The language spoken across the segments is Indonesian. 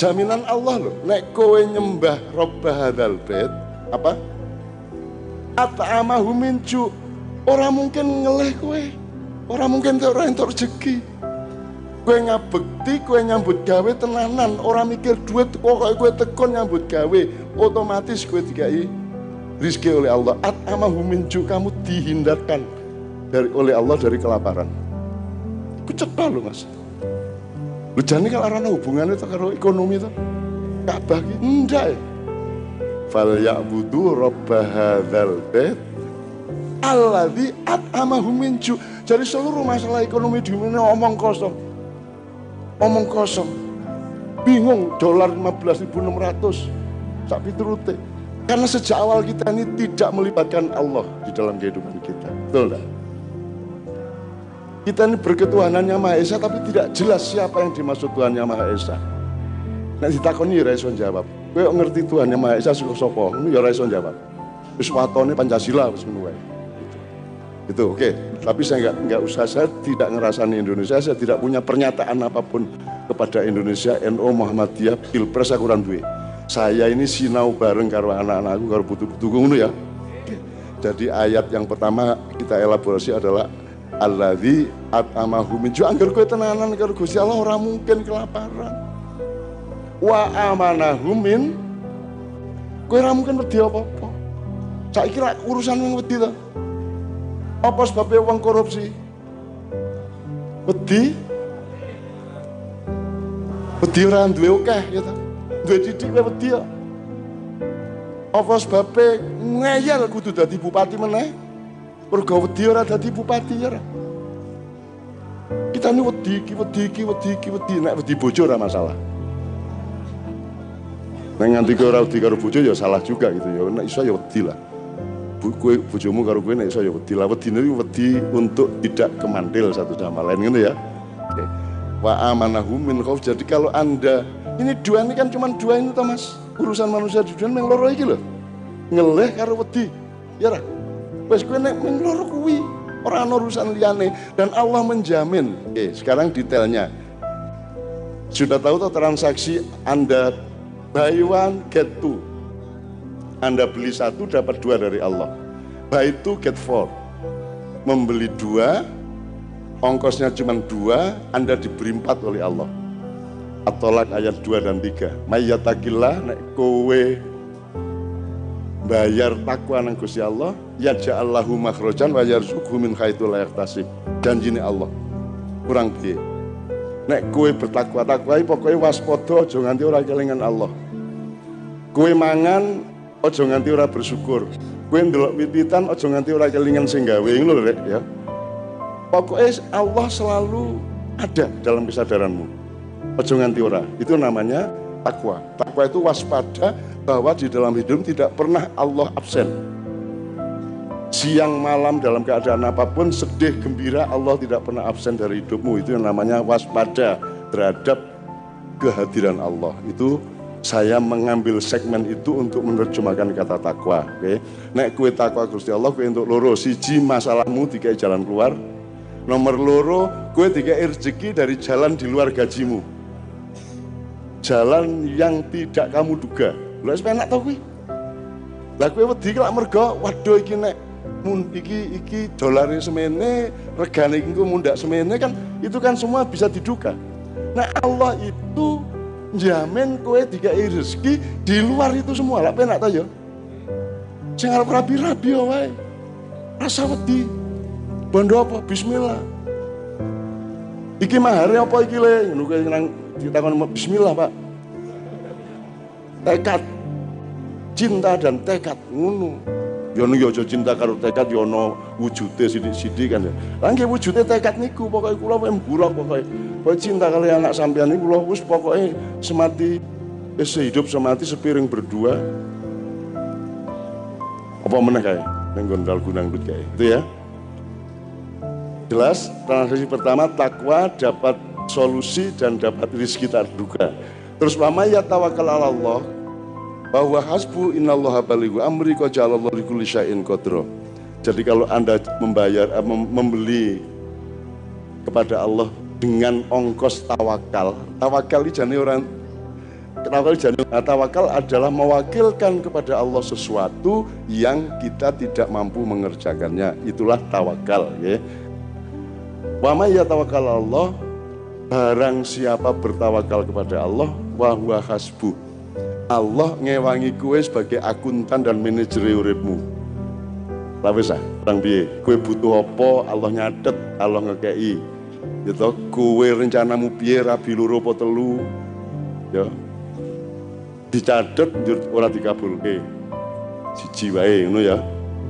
jaminan Allah loh. Nek kowe nyembah Rabb hadzal bait apa? At'amahu min ju'. Ora mungkin ngeleh kowe. Ora mungkin ora entuk rezeki. Kowe ngabekti, kowe nyambut gawe tenanan, ora mikir duit, pokoke kowe tekon nyambut gawe, otomatis kowe dikai rezeki oleh Allah. At'amahu min ju', kamu dihindarkan oleh Allah dari kelaparan. Iku cetha lho Mas. Lho jane kalau ana hubungannya karo ekonomi to. Ka'bah ki ndak ya. Fal ya'budu rabb hadzal bait alladzi at'amahum min ju'. Jadi seluruh masalah ekonomi di dunia omong kosong. Omong kosong. Bingung dolar 15.600 sak piturute. Karena sejak awal kita ini tidak melibatkan Allah di dalam kehidupan kita. Betul enggak? Kita ini berketuhanan yang Maha Esa tapi tidak jelas siapa yang dimaksud Tuhan yang Maha Esa. Nek ditakoni ya ora iso jawab. Kowe ngerti Tuhan yang Maha Esa sapa? Ngono ya ora iso jawab. Wis watone Pancasila wis ngono wae. Itu oke. Tapi saya enggak usah, saya tidak ngerasani Indonesia, saya tidak punya pernyataan apapun kepada Indonesia, NU Muhammadiyah, Pilpres aku ora duwe. Saya ini sinau bareng karo anak-anakku karo putu-putuku ngono ya. Jadi ayat yang pertama kita elaborasi adalah alladzi at'amahu min ju'. Angger kowe tenanan karo Gusti Allah ora mungkin kelaparan. Wa amanahu min, kowe ora mungkin wedi apa-apa. Saiki lak urusan wong wedi to. Apa sebabnya wong korupsi? Wedi. Wedi ora duwe akeh ya ta. Duwe didik wedi ya. Apa sebabnya ngeyel kudu dadi bupati meneh? Mergo wedi ora dadi bupati ya. Kita ini wedi. Nek wedi bojo ora masalah. Nek nganti kowe ora wedi karo bojo ya salah juga gitu ya. Nek iso ya wedi lah. Kowe bojomu karo kowe nek iso ya wedi lah. Wedine wedi untuk tidak kemandil satu sama lain gitu ya. Oke. Wa amanahu min khauf. Jadi kalau Anda ini dua ini kan cuma dua ini toh Mas. Urusan manusia di dunia meng loro iki lho. Ngeleh karo wedi. Ya ra. Wes kowe nek meng loro kuwi ora ana urusan liyane dan Allah menjamin. Oke, sekarang detailnya. Sudah tahu toh transaksi Anda buy one get two. Anda beli satu dapat dua dari Allah. Buy two get four. Membeli dua, ongkosnya cuma dua, Anda diberi empat oleh Allah. At-Tolak ayat 2 dan 3. Mayyatakillah nek kowe bayar takwa nang Gusti Allah, ya ja'allahu makhrajan wa yarzuqhu min haitsu la yahtasib. Janjine Allah. Kurang piye? Nek kowe bertakwa-takwa pokoke waspada aja nganti ora kelingan Allah. Kowe mangan aja nganti ora bersyukur. Kowe ndelok wit-witan aja nganti ora kelingan sing gawe ngono lho Rek ya. Pokoke Allah selalu ada dalam kesadaranmu. Aja nganti ora. Itu namanya takwa. Takwa itu waspada bahwa di dalam hidup tidak pernah Allah absen. Siang malam dalam keadaan apapun, sedih gembira, Allah tidak pernah absen dari hidupmu. Itu yang namanya waspada terhadap kehadiran Allah. Itu saya mengambil segmen itu untuk menerjemahkan kata takwa. Oke. Nek kue takwa Gusti Allah, kue untuk loro. Siji masalahmu dikai jalan keluar. Nomor loro, kue dikai rezeki dari jalan di luar gajimu. Jalan yang tidak kamu duga. Lha wis penak to kuwi. Lah kowe wedi lak mergo waduh iki nek iki dolare semene, regane iki engko mundak semene kan itu kan semua bisa diduga. Nah Allah itu jamin kowe dikai rezeki di luar itu semua. Lak penak to ya. Sing arep rabi-rabi wae. Rasa wedi. Bondo apa? Bismillah. Iki mahare apa iki le? Ngono kowe nang ditakon bismillah Pak. Tekad, cinta dan tekad ngono. Yono yo aja cinta karo tekad yono wujude sithik-sithik kan ya. Lah nggih wujude tekad niku pokoke kula mbulak pokoke. Pokoke cinta kali anak sampean niku kula wis pokoke semati sehidup semati sepiring berdua. Apa meneh kae ning gondal gunang dut kae. Itu ya. Jelas transaksi pertama takwa dapat solusi dan dapat rezeki tak terduga. Terus lama ya tawakal Allah bahwa hasbu innallaha balighu amri qad ja'alallahu likulli syai'in qadra. Jadi kalau Anda membeli kepada Allah dengan ongkos tawakal. Tawakal iki jane orang Tawakal adalah mewakilkan kepada Allah sesuatu yang kita tidak mampu mengerjakannya. Itulah tawakal, ya. Wa may yatawakkal Allah, barang siapa bertawakal kepada Allah, wa huwa hasbuh. Allah ngewangi kue sebagai akuntan dan manajer uripmu. Lah wis ah, orang piye? Kue butuh apa, Allah nyatet, Allah ngekei. Gitu, kue rencanamu piye, rabi loro apa telu. Ya. Dicatet ora dikabulke. Siji wae ngono ya.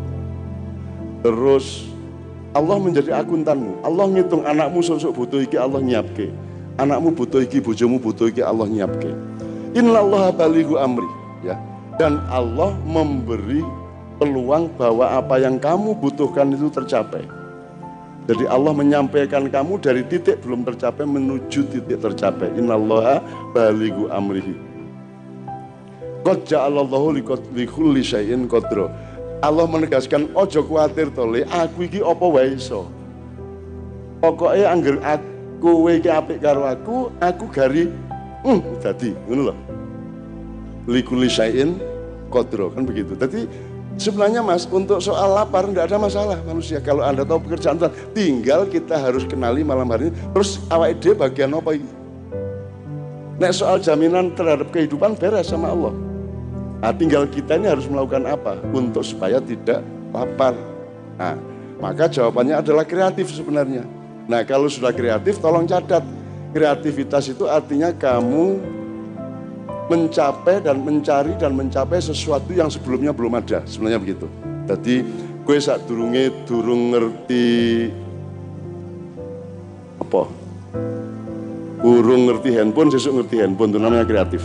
Terus Allah menjadi akuntanmu. Allah ngitung anakmu sesuk butuh iki Allah nyiapke. Anakmu butuh iki, bojomu butuh iki Allah nyiapke. Innallaha balighu amri, ya. Dan Allah memberi peluang bahwa apa yang kamu butuhkan itu tercapai. Jadi Allah menyampaikan kamu dari titik belum tercapai menuju titik tercapai. Innallaha balighu amrihi. Qad ja'alallahu likulli syai'in qadra. Allah menegaskan ojo kuatir to le, aku iki apa wae iso. Pokoke angger aku kowe iki apik karo aku gari dadi ngono lho. Likulli syai'in qadra, kan begitu. Jadi sebenarnya Mas, untuk soal lapar enggak ada masalah manusia. Kalau Anda tahu pekerjaan Tuhan, tinggal kita harus kenali malam hari ini. Terus awake dhewe bagian apa iki? Nek soal jaminan terhadap kehidupan beres sama Allah. Nah, tinggal kita ini harus melakukan apa untuk supaya tidak lapar. Nah, maka jawabannya adalah kreatif sebenarnya. Nah, kalau sudah kreatif, tolong catat. Kreativitas itu artinya kamu mencapai dan mencari dan mencapai sesuatu yang sebelumnya belum ada. Sebenarnya begitu. Jadi, gue saat durung ngerti apa? Urung ngerti handphone, sesuk ngerti handphone, itu namanya kreatif.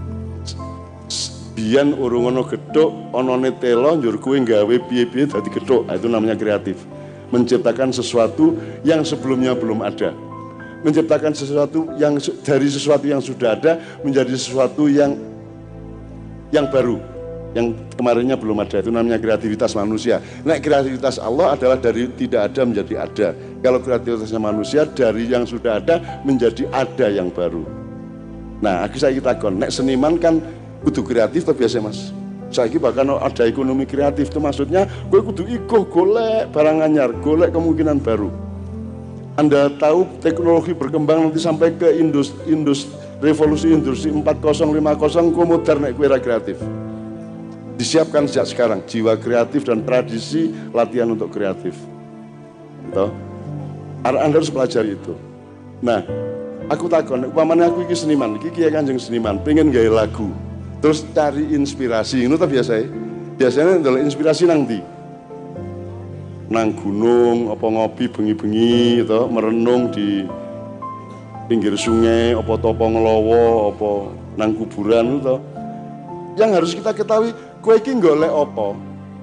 Biyen urung ana gethuk, anane telo njur kowe gawe piye-piye dadi gethuk. Itu namanya kreatif. Menciptakan sesuatu yang sebelumnya belum ada. Menciptakan sesuatu yang dari sesuatu yang sudah ada menjadi sesuatu yang baru. Yang kemarinnya belum ada. Itu namanya kreativitas manusia. Nah, kreativitas Allah adalah dari tidak ada menjadi ada. Kalau kreativitasnya manusia dari yang sudah ada menjadi ada yang baru. Nah, aku saya takon, nek seniman kan kudu kreatif tapi biasa Mas. Saiki bahkan ada ekonomi kreatif itu maksudnya gue kudu iko golek barang anyar, golek kemungkinan baru. Anda tahu teknologi berkembang nanti sampai ke revolusi industri 40 50 ku modern nek kira kreatif. Disiapkan sejak sekarang jiwa kreatif dan tradisi latihan untuk kreatif. Toh? Anda harus pelajari itu. Nah, aku takon, umpamanya aku iki seniman, iki Kiai Kanjeng seniman, pengen gawe lagu. Terus cari inspirasi, itu biasa ya. Biasanya adalah inspirasi nang ndi? Nang gunung, apa ngopi bengi-bengi, gitu, merenung di pinggir sungai, apa topo ngelowo, apa nang kuburan, gitu. Yang harus kita ketahui, kowe iki golek apa?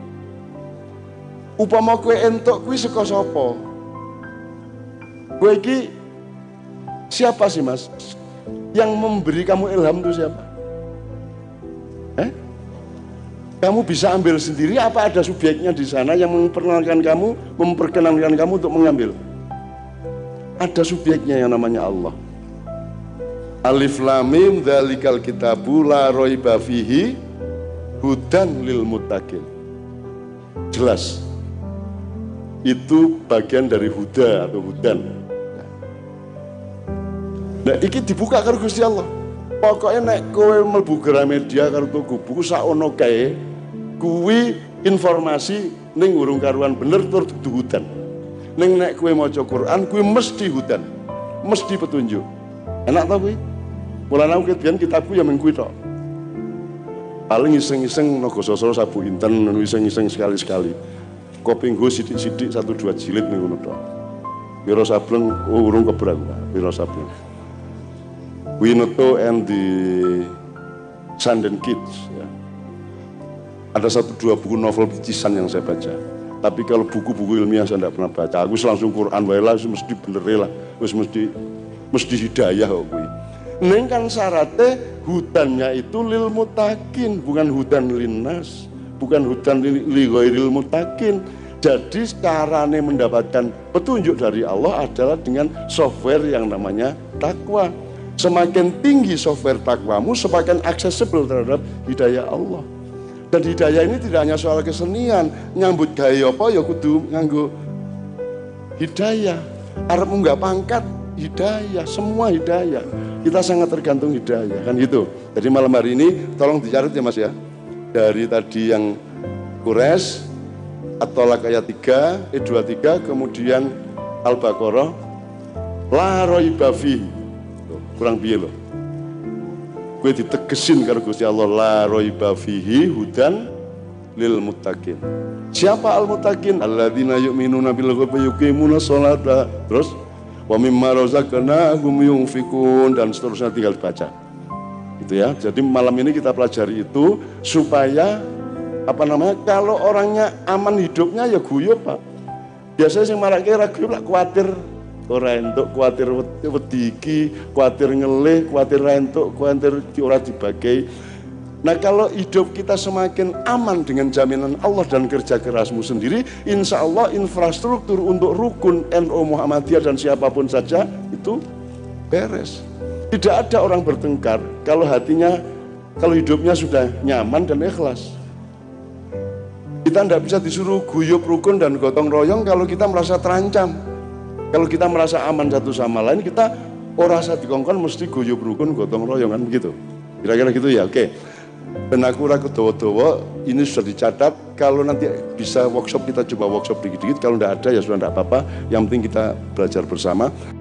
Upama kowe entuk kuwi saka sapa? Kowe iki siapa sih Mas? Yang memberi kamu ilham itu siapa? Kamu bisa ambil sendiri apa ada subjeknya di sana yang memperkenalkan kamu untuk mengambil? Ada subjeknya yang namanya Allah. Alif lam mim dzalikal kitabu la raiba fihi hudan lil muttaqin. Jelas. Itu bagian dari huda atau hudan. Nah, iki dibuka karo Gusti Allah. Pokoknya nek kowe mlebu Gramedia karo tuku buku saono kae, kuwi informasi ning urung karuan bener tur dudu hudan. Ning nek kowe maca Quran kuwi mesti hudan. Mesti petunjuk. Enak ta kuwi? Mulane aku kebiyen kitabku ya mung kuwi tok. Paling iseng-iseng Nagosasra Sabu Inten, iseng-iseng sekali-sekali. Kopi nggo sithik-sithik 1-2 jilid ning ngono tok. Wiro Sableng urung kebrang, Wiro Sableng. Winnetou and the Sundance Kids, ya. Ada 1-2 buku novel picisan yang saya baca. Tapi kalau buku-buku ilmiah saya tidak pernah baca. Aku langsung Quran wae lah, mesti bener lah, wis mesti hidayah kok kuwi. Ning kan syaratnya hudannya itu lil mutakin, bukan hudan linnas, bukan hudan li ghairil mutakin. Jadi caranya mendapatkan petunjuk dari Allah adalah dengan software yang namanya takwa. Semakin tinggi software takwamu, semakin accessible terhadap hidayah Allah. Dan hidayah ini tidak hanya soal kesenian, nyambut gaya apa ya kudu nganggo hidayah. Arep munggah pangkat, hidayah, semua hidayah. Kita sangat tergantung hidayah, kan gitu. Jadi malam hari ini tolong dicatat ya Mas ya. Dari tadi yang Quraisy, At-Tolak ayat 3, 23, kemudian Al-Baqarah, la raiba fihi. Kurang piye lho. Kowe ditegesin karo Gusti Allah, la raiba fihi hudan lil muttaqin. Siapa al muttaqin? Alladzina yu'minuna bil ghaibi yuqimuna sholata. Terus wa mimma razaqnahum yunfikun, dan seterusnya tinggal baca. Itu ya. Jadi malam ini kita pelajari itu supaya kalau orangnya aman hidupnya ya guyub, Pak. Biasanya sing marake ra guyub lak kuwatir ora entuk, kuwatir wedi iki, kuwatir ngelih, kuwatir ra entuk, kuwatir ora dibagi. Nah, kalau hidup kita semakin aman dengan jaminan Allah dan kerja kerasmu sendiri, insya Allah infrastruktur untuk rukun NU Muhammadiyah dan siapapun saja itu beres. Tidak ada orang bertengkar kalau hidupnya sudah nyaman dan ikhlas. Kita tidak bisa disuruh guyub rukun dan gotong royong kalau kita merasa terancam. Kalau kita merasa aman satu sama lain, kita ora usah dikongkon mesti guyub rukun gotong royong, kan begitu. Kira-kira gitu ya, oke. Dan aku ragu dawa-dawa, ini sudah dicatat. Kalau nanti bisa workshop, kita coba workshop dikit-dikit. Kalau tidak ada ya sudah tidak apa-apa. Yang penting kita belajar bersama.